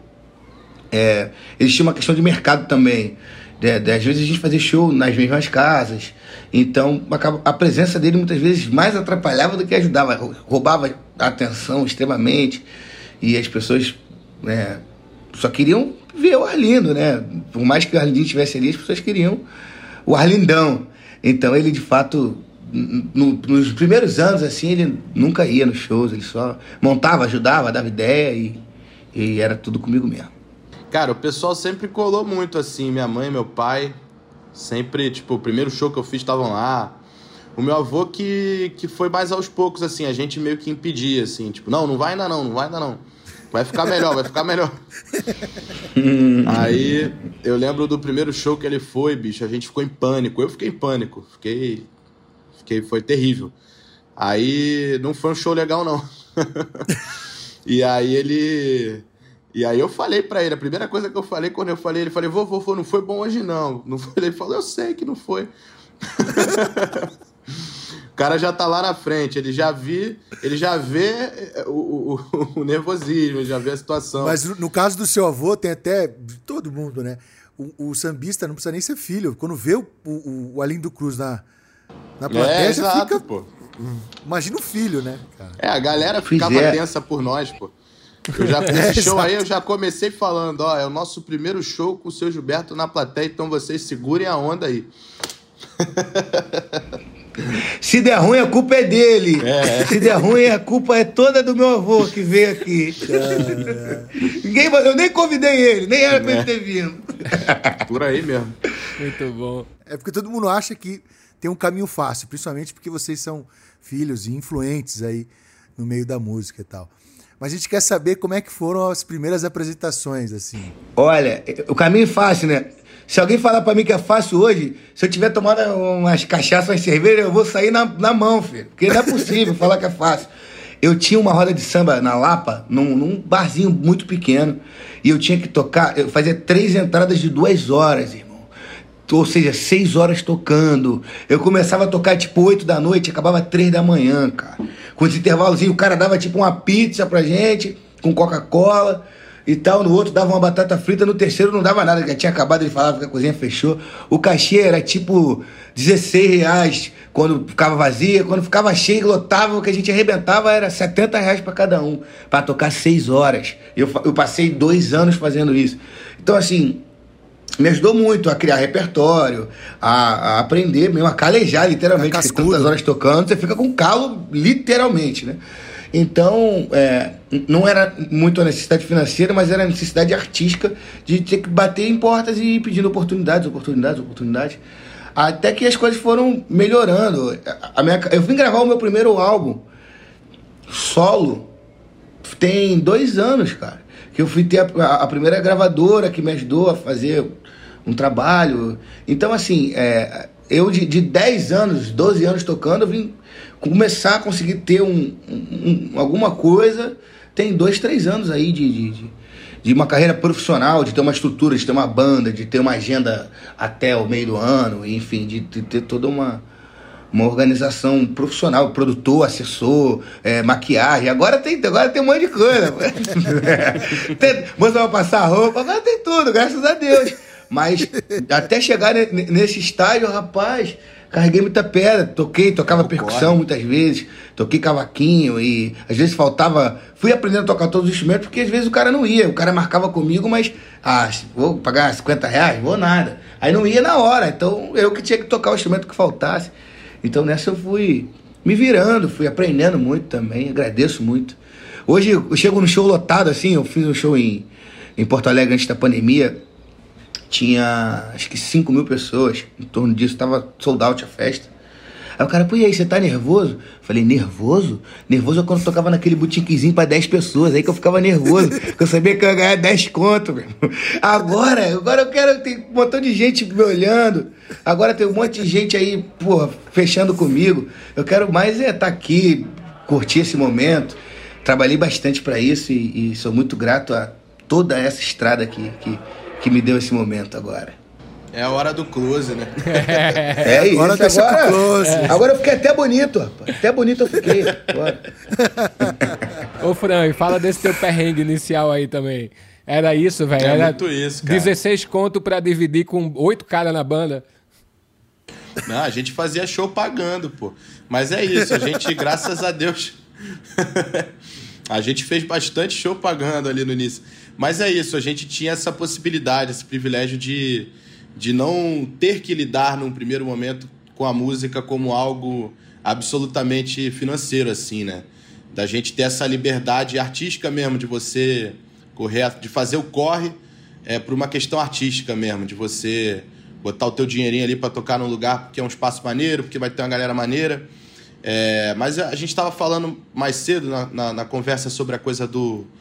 é, existia uma questão de mercado também. De, de, às vezes a gente fazia show nas mesmas casas, então a, a presença dele muitas vezes mais atrapalhava do que ajudava, roubava a atenção extremamente, e as pessoas, né, só queriam ver o Arlindo, né? Por mais que o Arlindinho estivesse ali, as pessoas queriam o Arlindão. Então ele, de fato... No, nos primeiros anos, assim, ele nunca ia nos shows, ele só montava, ajudava, dava ideia e, e era tudo comigo mesmo. Cara, o pessoal sempre colou muito, assim, minha mãe, meu pai, sempre, tipo, o primeiro show que eu fiz estavam lá. O meu avô que, que foi mais aos poucos, assim, a gente meio que impedia, assim, tipo, não, não vai ainda não, não vai ainda não. Vai ficar melhor, vai ficar melhor. Aí, eu lembro do primeiro show que ele foi, bicho, a gente ficou em pânico. Eu fiquei em pânico. Fiquei... fiquei foi terrível. Aí, não foi um show legal, não. E aí, ele... E aí, eu falei pra ele, a primeira coisa que eu falei, quando eu falei, ele falou, vovô, vovô, não foi bom hoje, não. Não foi. Ele falou, eu sei que não foi. O cara já tá lá na frente, ele já vi, ele já vê o, o, o nervosismo, já vê a situação. Mas no caso do seu avô, tem até de todo mundo, né? O, o sambista não precisa nem ser filho. Quando vê o, o, o Arlindo Cruz na, na plateia, é, já exato, fica... pô. Imagina o filho, né, cara? É, a galera ficava Fizer. tensa por nós, pô. Eu já fiz esse show aí, eu já comecei falando, ó, é o nosso primeiro show com o seu Gilberto na plateia, então vocês segurem a onda aí. Se der ruim, a culpa é dele. É. Se der ruim, a culpa é toda do meu avô que veio aqui. Ninguém, eu nem convidei ele, nem era pra ele ter vindo. Por aí mesmo. Muito bom. É porque todo mundo acha que tem um caminho fácil, principalmente porque vocês são filhos e influentes aí no meio da música e tal. Mas a gente quer saber como é que foram as primeiras apresentações, assim. Olha, o caminho é fácil, né? Se alguém falar pra mim que é fácil hoje, se eu tiver tomado umas cachaças, umas cervejas, eu vou sair na, na mão, filho. Porque não é possível falar que é fácil. Eu tinha uma roda de samba na Lapa, num, num barzinho muito pequeno, e eu tinha que tocar, eu fazia três entradas de duas horas, irmão. Ou seja, seis horas tocando. Eu começava a tocar tipo oito da noite, acabava três da manhã, cara. Com esse intervalozinho, o cara dava tipo uma pizza pra gente, com Coca-Cola e tal. No outro dava uma batata frita, no terceiro não dava nada, já tinha acabado de falar que a cozinha fechou. O cachê era tipo dezesseis reais quando ficava vazia, quando ficava cheio, lotava, o que a gente arrebentava era setenta reais pra cada um, pra tocar seis horas. Eu, eu passei dois anos fazendo isso. Então, assim, me ajudou muito a criar repertório, a, a aprender mesmo, a calejar literalmente, A porque cascudo. tantas horas tocando, você fica com calo literalmente, né? Então, é, não era muito a necessidade financeira, mas era a necessidade artística de ter que bater em portas e ir pedindo oportunidades, oportunidades, oportunidades. Até que as coisas foram melhorando. A minha, eu vim gravar o meu primeiro álbum solo tem dois anos, cara. Que eu fui ter a, a primeira gravadora que me ajudou a fazer um trabalho. Então, assim, é, eu de, de dez anos, doze anos tocando, eu vim começar a conseguir ter um, um, um, alguma coisa. Tem dois, três anos aí de, de, de, de uma carreira profissional, de ter uma estrutura, de ter uma banda, de ter uma agenda até o meio do ano, enfim, de, de ter toda uma, uma organização profissional, produtor, assessor, é, maquiagem. Agora tem, agora tem um monte de coisa. Tem, moça vai passar roupa, agora tem tudo, graças a Deus. Mas até chegar nesse estágio, rapaz, carreguei muita pedra, toquei, tocava percussão muitas vezes, toquei cavaquinho e às vezes faltava... Fui aprendendo a tocar todos os instrumentos porque às vezes o cara não ia, o cara marcava comigo, mas ah, vou pagar cinquenta reais? Vou nada. Aí não ia na hora, então eu que tinha que tocar o instrumento que faltasse. Então nessa eu fui me virando, fui aprendendo muito também, agradeço muito. Hoje eu chego no show lotado assim, eu fiz um show em, em Porto Alegre antes da pandemia, tinha acho que cinco mil pessoas em torno disso, tava sold out a festa. Aí o cara, pô, e aí, você tá nervoso? Falei, nervoso? Nervoso é quando eu tocava naquele boutiquezinho pra dez pessoas, aí que eu ficava nervoso, porque eu sabia que eu ia ganhar dez conto, meu irmão. Agora, agora eu quero, tem um montão de gente me olhando, agora tem um monte de gente aí, porra, fechando comigo. Eu quero mais é estar aqui, curtir esse momento. Trabalhei bastante pra isso e, e sou muito grato a toda essa estrada que, que, que me deu esse momento agora. É a hora do close, né? É isso, Agora deixa agora, pro close. é. Agora eu fiquei até bonito, rapaz. Até bonito eu fiquei. Agora. Ô, Fran, fala desse teu perrengue inicial aí também. Era isso, velho? É Era muito isso, cara. dezesseis conto pra dividir com oito caras na banda. Não, a gente fazia show pagando, pô. Mas é isso, a gente, graças a Deus... A gente fez bastante show pagando ali no início. Mas é isso, a gente tinha essa possibilidade, esse privilégio de... de não ter que lidar num primeiro momento com a música como algo absolutamente financeiro, assim, né? Da gente ter essa liberdade artística mesmo, de você correr, de fazer o corre é, por uma questão artística mesmo, de você botar o teu dinheirinho ali para tocar num lugar porque é um espaço maneiro, porque vai ter uma galera maneira. É, mas a gente estava falando mais cedo na, na, na conversa sobre a coisa do,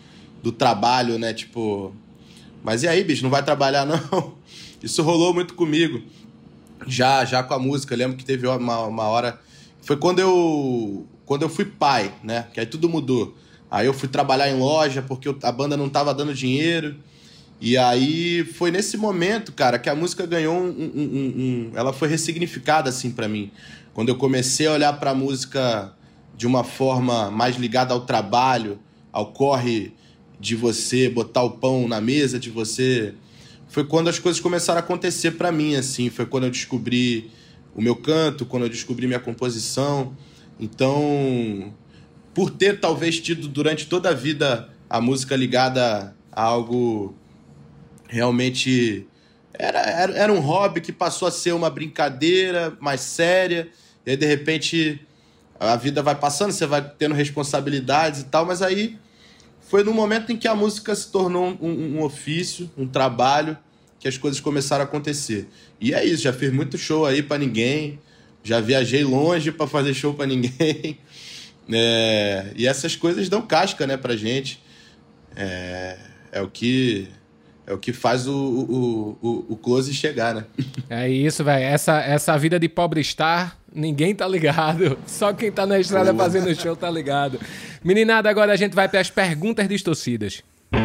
do trabalho, né? Tipo, mas e aí, bicho, não vai trabalhar, não? Isso rolou muito comigo. Já, já com a música. Eu lembro que teve uma, uma hora... Foi quando eu, quando eu fui pai, né? Que aí tudo mudou. Aí eu fui trabalhar em loja porque eu, a banda não tava dando dinheiro. E aí foi nesse momento, cara, que a música ganhou um... um, um, um ela foi ressignificada, assim, pra mim. Quando eu comecei a olhar pra música de uma forma mais ligada ao trabalho, ao corre de você botar o pão na mesa, de você... Foi quando as coisas começaram a acontecer pra mim, assim. Foi quando eu descobri o meu canto, quando eu descobri minha composição. Então, por ter talvez tido durante toda a vida a música ligada a algo realmente... Era, era, era um hobby que passou a ser uma brincadeira mais séria. E aí, de repente, a vida vai passando, você vai tendo responsabilidades e tal. Mas aí foi no momento em que a música se tornou um, um ofício, um trabalho, que as coisas começaram a acontecer. E é isso, já fiz muito show aí pra ninguém, já viajei longe pra fazer show pra ninguém. É, e essas coisas dão casca, né, pra gente. É, é o que... É o que faz o, o, o, o close chegar, né? É isso, velho. Essa, essa vida de pobre star, ninguém tá ligado. Só quem tá na estrada Boa. fazendo show tá ligado. Meninada, agora a gente vai para as perguntas distorcidas.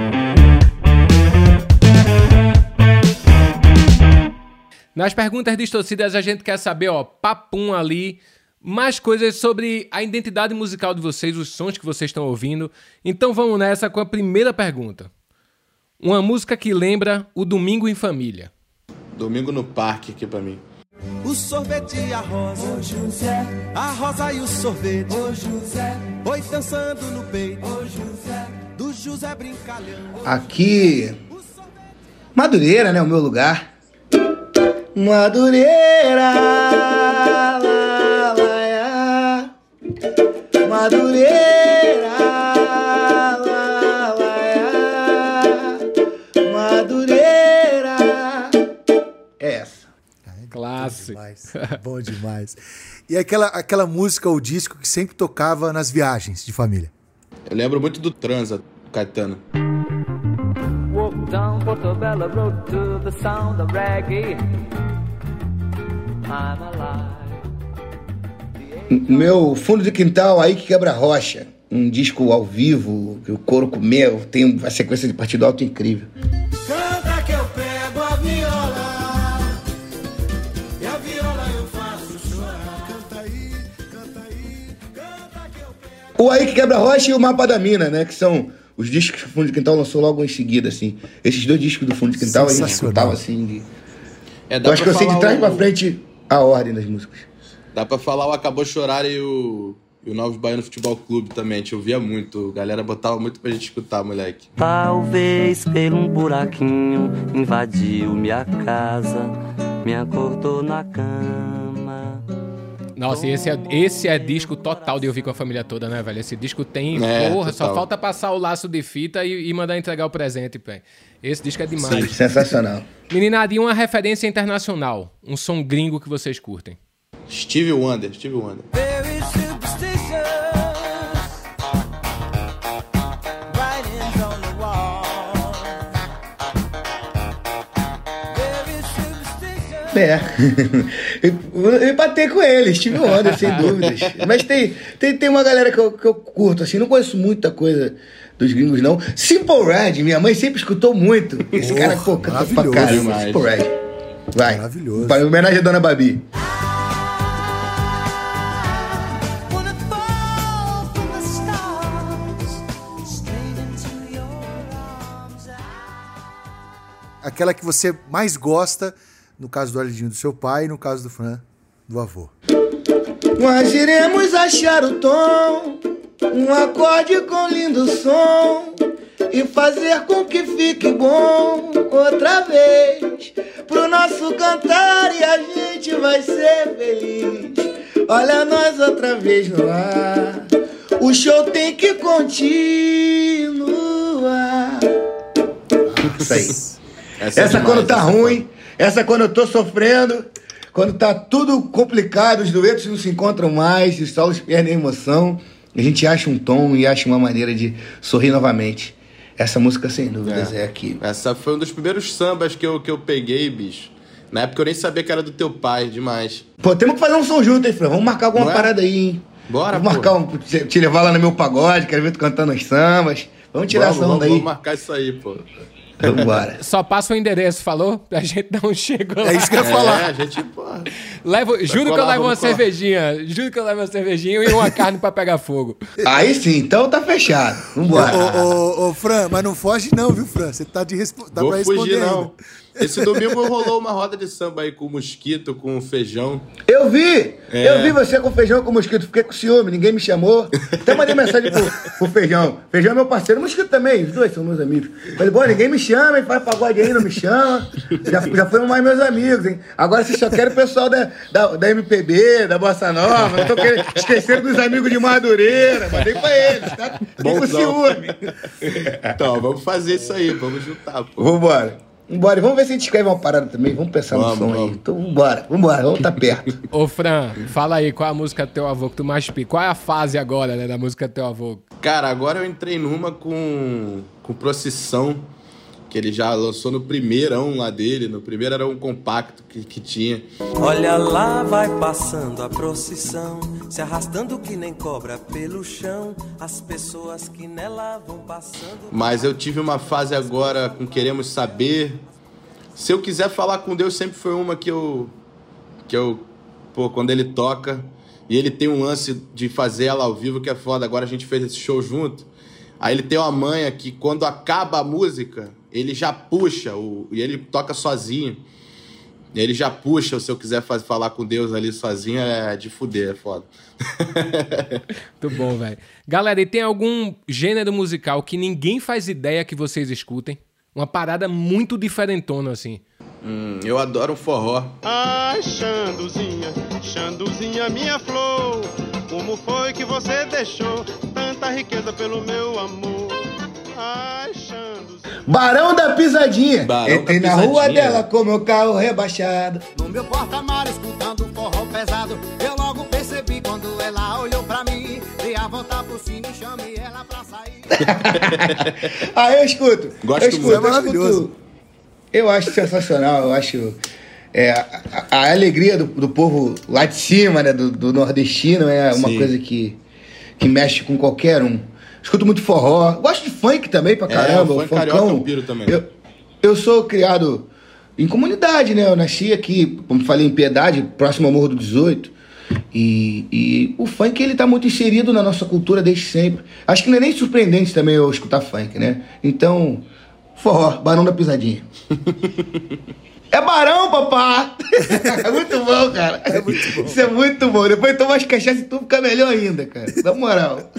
Nas perguntas distorcidas a gente quer saber, ó, papum ali, mais coisas sobre a identidade musical de vocês, os sons que vocês estão ouvindo. Então vamos nessa com a primeira pergunta. Uma música que lembra o Domingo em Família. Domingo no Parque aqui pra mim. O sorvete e a rosa, ô José. A rosa e o sorvete, ô José. Oi dançando no peito, ô José. Do José brincalhão. Aqui, Madureira, né? O meu lugar. Madureira, lá, lá, lá. Madureira. Clássico. Bom demais. Bom demais. E aquela, aquela música ou disco que sempre tocava nas viagens de família? Eu lembro muito do Transa, do Caetano. Walk down Portobello Road to the sound of reggae. I'm alive. Meu Fundo de Quintal, Aí Que Quebra Rocha. Um disco ao vivo, que o couro comeu, tem uma sequência de partido alto incrível. Canta que eu pego a viola. O Aí Que Quebra Rocha e o Mapa da Mina, né? Que são os discos que o Fundo de Quintal lançou logo em seguida, assim. Esses dois discos do Fundo de Quintal a gente escutava, assim, de... É, eu acho que eu sei de trás o... pra frente a ordem das músicas. Dá pra falar o Acabou Chorar e o, e o Novo Baiano Futebol Clube também. A gente ouvia muito. A galera botava muito pra gente escutar, moleque. Talvez por um buraquinho invadiu minha casa, me acordou na cama. Nossa, e esse é, esse é disco total de ouvir com a família toda, né, velho? Esse disco tem, é, porra, total. Só falta passar o laço de fita e, e mandar entregar o presente, pé. Esse disco é demais. Sim, sensacional. Meninada, e uma referência internacional? Um som gringo que vocês curtem? Stevie Wonder, Stevie Wonder. Very superstitious. Writings on the wall. Very superstitious. É. Eu, eu empatei com ele, Stevie Wonder, sem dúvidas. Mas tem, tem, tem uma galera que eu, que eu curto, assim, não conheço muita coisa dos gringos, não. Simple Red, minha mãe sempre escutou muito. Esse Porra, cara, pô, canta pra maravilhoso. caramba. Simple Red. Vai. Maravilhoso. Para homenagem à Dona Babi. Aquela que você mais gosta, no caso do Arlindinho do seu pai e no caso do Fran, do avô. Nós iremos achar o tom, um acorde com lindo som, e fazer com que fique bom outra vez, pro nosso cantar e a gente vai ser feliz. Olha nós outra vez no ar, o show tem que continuar. Isso aí. Essa, essa é demais, quando tá essa ruim, forma. Essa quando eu tô sofrendo, quando tá tudo complicado, os duetos não se encontram mais, os solos perdem a emoção, a gente acha um tom e acha uma maneira de sorrir novamente. essa música, sem dúvidas, é, é aqui. Essa foi um dos primeiros sambas que eu, que eu peguei, bicho. Na época eu nem sabia que era do teu pai, demais. Pô, temos que fazer um som junto, hein, Fran? Vamos marcar alguma Não é? parada aí, hein? Bora, Vamos marcar um, te, te levar lá no meu pagode, quero ver tu cantando os sambas. Vamos tirar vamos, essa onda vamos, aí. Vamos marcar isso aí, pô. Vambora. Só passa o endereço, falou? Pra gente dar um chego lá. É isso que eu ia falar. É, a gente, pô... Levo, juro que eu colar, levo uma vamos colar. cervejinha. Juro que eu levo uma cervejinha e uma carne pra pegar fogo. Aí sim, então tá fechado. Vambora. Ô, ô, ô, Fran, mas não foge não, viu, Fran? Você tá de respo... dá Vou pra responder fugir, não. ainda. Esse domingo rolou uma roda de samba aí com mosquito, com feijão. Eu vi! É. Eu vi você com feijão com mosquito, fiquei com ciúme, ninguém me chamou. Até mandei mensagem pro, pro feijão. Feijão é meu parceiro, mosquito também, os dois são meus amigos. Falei, bom, ninguém me chama, hein? Faz pagode aí, não me chama. Já, já foram mais meus amigos, hein? Agora vocês só querem o pessoal da, da, da M P B, da Bossa Nova. Não tô querendo esquecer dos amigos de Madureira. Mandei pra eles, tá? Fiquei com ciúme. Então, vamos fazer isso aí, vamos juntar, pô. Vambora. Vambora, vamos ver se a gente escreve uma parada também. Vamos pensar Vamos, no som vamos. aí. Então vambora, vambora, vamos estar perto. Ô, Fran, fala aí, qual é a música do teu avô que tu mais pica? Qual é a fase agora, né, da música do teu avô? Cara, agora eu entrei numa com, com Procissão, que ele já lançou no primeirão lá dele. No primeiro era um compacto que, que tinha. Olha lá, vai passando a procissão, se arrastando que nem cobra pelo chão, as pessoas que nela vão passando. Mas eu tive uma fase agora com Queremos Saber. Se eu quiser falar com Deus, sempre foi uma que eu... Que eu... Pô, quando ele toca... E ele tem um lance de fazer ela ao vivo que é foda. Agora a gente fez esse show junto. Aí ele tem uma manha que quando acaba a música, ele já puxa. O, e ele toca sozinho. E ele já puxa. Se eu quiser faz, falar com Deus ali sozinho, é de fuder, é foda. Muito bom, velho. Galera, e tem algum gênero musical que ninguém faz ideia que vocês escutem? Uma parada muito diferentona, assim. Hum, eu adoro um forró. Ai, Xanduzinha, Xanduzinha, minha flor, como foi que você deixou tanta riqueza pelo meu amor? Ai, Xanduzinha. Barão da Pisadinha. Barão Entrei da na rua Pisadinha. dela com meu carro rebaixado. No meu porta-malas, escutando um forró pesado, eu logo percebi quando ela olhou pra mim. Dei a volta por cima e chamei ela pra sair. Aí eu escuto. Gosto eu escuto, muito. eu É maravilhoso. escuto. Eu acho sensacional, eu acho... É, a, a alegria do, do povo lá de cima, né, do, do nordestino, é uma Sim. coisa que, que mexe com qualquer um. Escuto muito forró, gosto de funk também pra É, caramba. o funk carioca eu piro também. Eu, eu sou criado em comunidade, né? Eu nasci aqui, como falei, em Piedade, próximo ao Morro do dezoito. E, e o funk, ele tá muito inserido na nossa cultura desde sempre. Acho que não é nem surpreendente também eu escutar funk, né? Então, forró, Barão da Pisadinha. É Barão, papá! É muito bom, cara. É muito bom. Isso é muito bom. Depois toma umas cachaças e tu fica melhor ainda, cara. Na moral.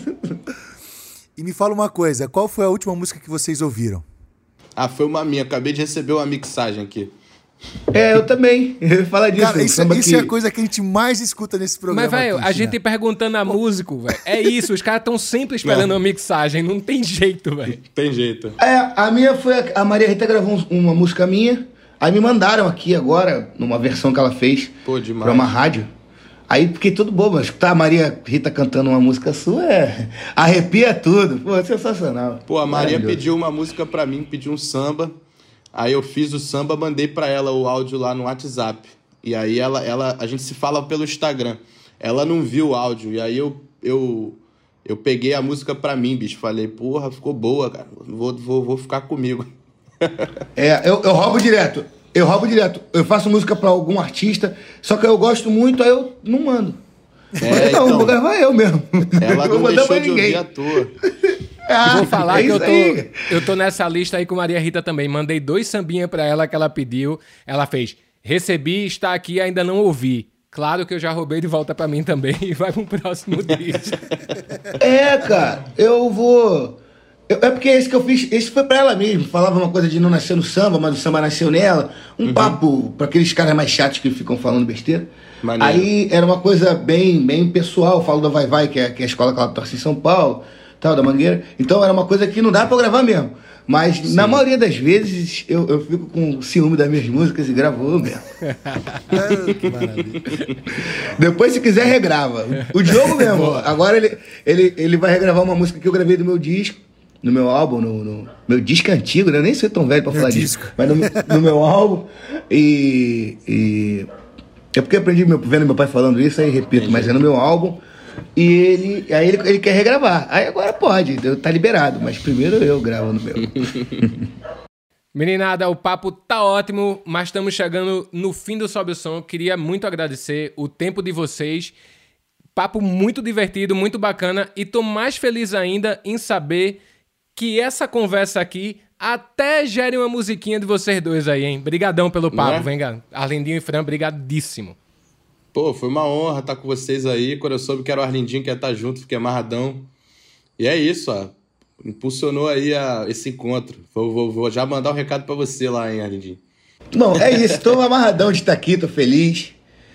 E me fala uma coisa, qual foi a última música que vocês ouviram? Ah, foi uma minha. Acabei de receber uma mixagem aqui. É, eu também. Fala disso. Cara, isso, samba isso que- é a coisa que a gente mais escuta nesse programa. Mas, velho, aqui, a China. gente perguntando a músico, velho. É isso, os caras estão sempre esperando Não. uma mixagem. Não tem jeito, velho. Tem jeito. É, a minha foi... A, a Maria Rita gravou um- uma música minha. Aí me mandaram aqui agora, numa versão que ela fez. Pô, demais. Pra uma rádio. Aí fiquei todo bobo. Mas escutar a Maria Rita cantando uma música sua é... Arrepia tudo. Pô, é sensacional. Pô, a Maria Maravilhoso. pediu uma música pra mim, pediu um samba. Aí eu fiz o samba, mandei pra ela o áudio lá no WhatsApp. E aí ela, ela, a gente se fala pelo Instagram. Ela não viu o áudio. E aí eu, eu, eu peguei a música pra mim, bicho. Falei, porra, ficou boa, cara. Vou, vou, vou ficar comigo. É, eu, eu roubo direto. Eu roubo direto. Eu faço música pra algum artista, só que eu gosto muito, aí eu não mando. É, não, então, vou gravar eu mesmo. ela vou não mandar deixou pra de ninguém. ouvir à toa. Ah, E vou falar é que eu isso tô, aí. eu tô nessa lista aí com Maria Rita também. Mandei dois sambinhas pra ela que ela pediu. Ela fez, recebi, está aqui, ainda não ouvi. Claro que eu já roubei de volta pra mim também e vai pro próximo disco. É, cara, eu vou... eu- é porque esse que eu fiz, esse foi pra ela mesmo. Falava uma coisa de não nascer no samba, mas o samba nasceu nela. Um papo pra aqueles caras mais chatos que ficam falando besteira. Maneiro. Aí era uma coisa bem, bem pessoal. Eu falo da Vai Vai, que é, que é a escola que ela torce em São Paulo, tal, da Mangueira. Então era uma coisa que não dá pra eu gravar mesmo. Mas na maioria das vezes eu, eu fico com ciúme das minhas músicas e gravo eu mesmo. Ah, que maravilha. Depois, se quiser, regrava. O Diogo mesmo. Agora ele, ele, ele vai regravar uma música que eu gravei do meu disco. no meu álbum, no, no meu disco antigo, né? Eu nem sou tão velho pra meu falar disco. disso, mas no, no meu álbum. E, e é porque eu aprendi meu, vendo meu pai falando isso, aí repito, Entendi. Mas é no meu álbum. E ele, aí ele, ele quer regravar. Aí agora pode, tá liberado, mas primeiro eu gravo no meu. Meninada, o papo tá ótimo, mas estamos chegando no fim do Sobe o Som. Eu queria muito agradecer o tempo de vocês. Papo muito divertido, muito bacana. E tô mais feliz ainda em saber que essa conversa aqui até gere uma musiquinha de vocês dois aí, hein? Brigadão pelo papo, é? Venga. Arlindinho e Fran, brigadíssimo. Pô, foi uma honra estar com vocês aí. Quando eu soube que era o Arlindinho que ia estar junto, fiquei amarradão. E é isso, ó. Impulsionou aí a, esse encontro. Vou, vou, vou já mandar um recado pra você lá, hein, Arlindinho. Bom, é isso. Tô amarradão de estar aqui, tô feliz.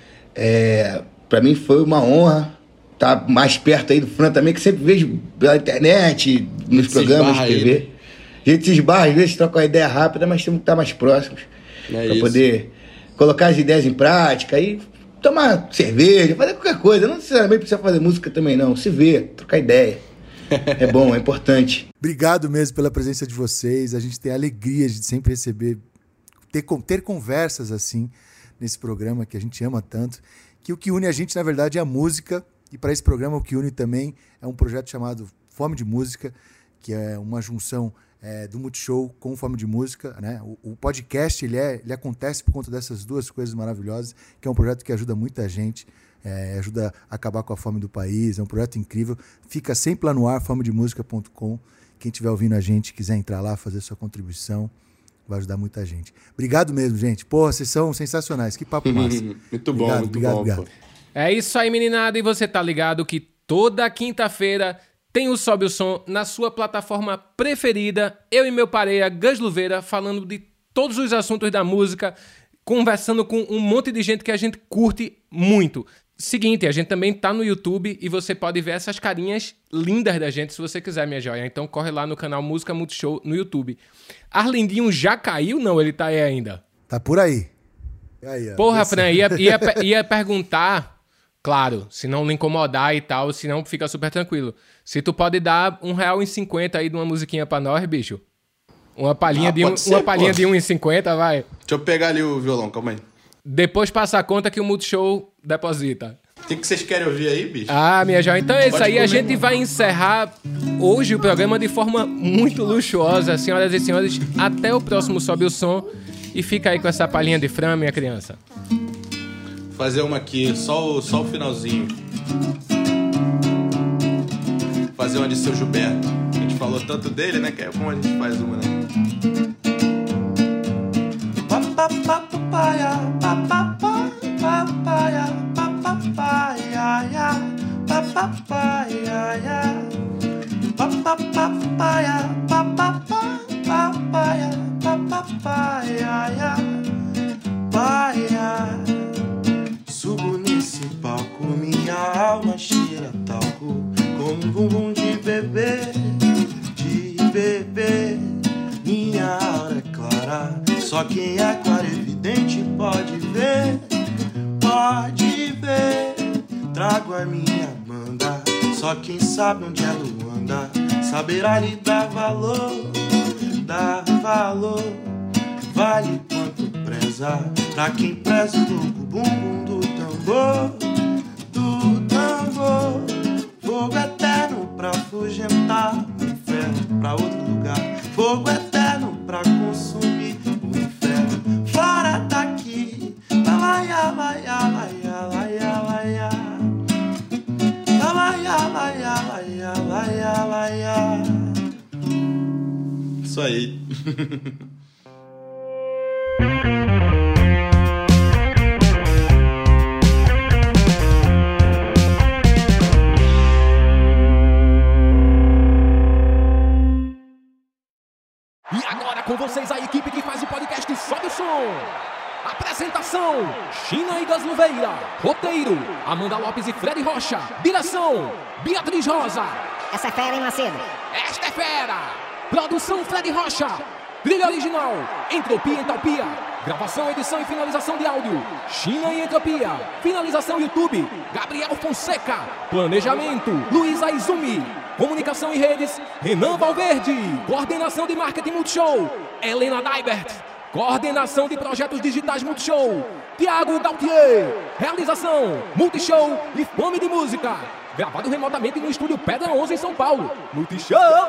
É, pra mim foi uma honra estar mais perto aí do Fran também, que sempre vejo pela internet, nos programas de T V. Ele. A gente se esbarra, às vezes troca uma ideia rápida, mas temos que estar mais próximos. É pra isso. Poder colocar as ideias em prática e tomar cerveja, fazer qualquer coisa. Não necessariamente precisa fazer música também, não. Se ver, trocar ideia. É bom, é importante. Obrigado mesmo pela presença de vocês. A gente tem a alegria de sempre receber, ter, ter conversas assim nesse programa que a gente ama tanto. Que o que une a gente, na verdade, é a música. E para esse programa, o que une também é um projeto chamado Fome de Música, que é uma junção é, do Multishow com Fome de Música. Né? O, o podcast ele, é, ele acontece por conta dessas duas coisas maravilhosas, que é um projeto que ajuda muita gente. É, ajuda a acabar com a fome do país, é um projeto incrível. Fica sempre lá no ar, fome de música ponto com. Quem estiver ouvindo a gente, quiser entrar lá, fazer sua contribuição, vai ajudar muita gente. Obrigado mesmo, gente. Porra, vocês são sensacionais. Que papo massa. Muito bom, obrigado, muito obrigado, bom. Obrigado. É isso aí, meninada. E você tá ligado que toda quinta-feira tem o Sobe o Som na sua plataforma preferida. Eu e meu pareia, Gus Luveira, falando de todos os assuntos da música, conversando com um monte de gente que a gente curte muito. Seguinte, a gente também tá no YouTube e você pode ver essas carinhas lindas da gente se você quiser, minha joia. Então corre lá no canal Música Multishow no YouTube. Arlindinho já caiu? Não, ele tá aí ainda. Tá por aí. aí ó, Porra, Fran, ia, ia, ia perguntar, claro, se não lhe incomodar e tal, se não fica super tranquilo. Se tu pode dar um real e cinquenta aí de uma musiquinha pra nós, bicho. Uma palhinha, ah, de, um, ser, uma palhinha de um e cinquenta, vai. Deixa eu pegar ali o violão, calma aí. Depois passa a conta que o Multishow deposita. O que, que vocês querem ouvir aí, bicho? Ah, minha joia. Então é isso aí. A gente vai encerrar hoje o programa de forma muito luxuosa. Senhoras e senhores, até o próximo Sobe o Som. E fica aí com essa palhinha de Fran, minha criança. Vou fazer uma aqui, só o, só o finalzinho. Vou fazer uma de Seu Gilberto. A gente falou tanto dele, né? Que é como a gente faz uma, né? Papapá, papapá, papaya, papapaya, papapaya, papapaya, papapaya, papapaya, paia. Subo nesse palco, minha alma cheira talco, como um bumbum de bebê, de bebê. Minha aura é clara, só quem é clarividente pode ver, pode ver. Trago a minha banda, só quem sabe onde ela anda saberá lhe dar valor, dar valor. Vale quanto preza, pra quem preza o louco bumbum do tambor, do tambor. Fogo eterno pra afugentar o inferno pra outro lugar, fogo eterno pra consumir o inferno fora daqui. Laia, laia, laia, laia, laia, laia, laia, laia, laia, laia. Isso aí. E agora com vocês a equipe que faz o podcast Sobe o Som. Apresentação: China e Gus Luveira. Roteiro: Amanda Lopes e Fred Rocha. Direção: Beatriz Rosa. Essa é fera, hein, Macedo? Esta é fera. Produção: Fred Rocha. Trilha original: Entropia e Entalpia. Gravação, edição e finalização de áudio: China e Entropia. Finalização YouTube: Gabriel Fonseca. Planejamento: Luiz Aizumi. Comunicação e redes, Renan Valverde. Coordenação de marketing Multishow, Helena Daibert. Coordenação de projetos digitais Multishow, Tiago Gautier. Realização, Multishow e Fome de Música. Gravado remotamente no estúdio Pedra onze em São Paulo. Multishow!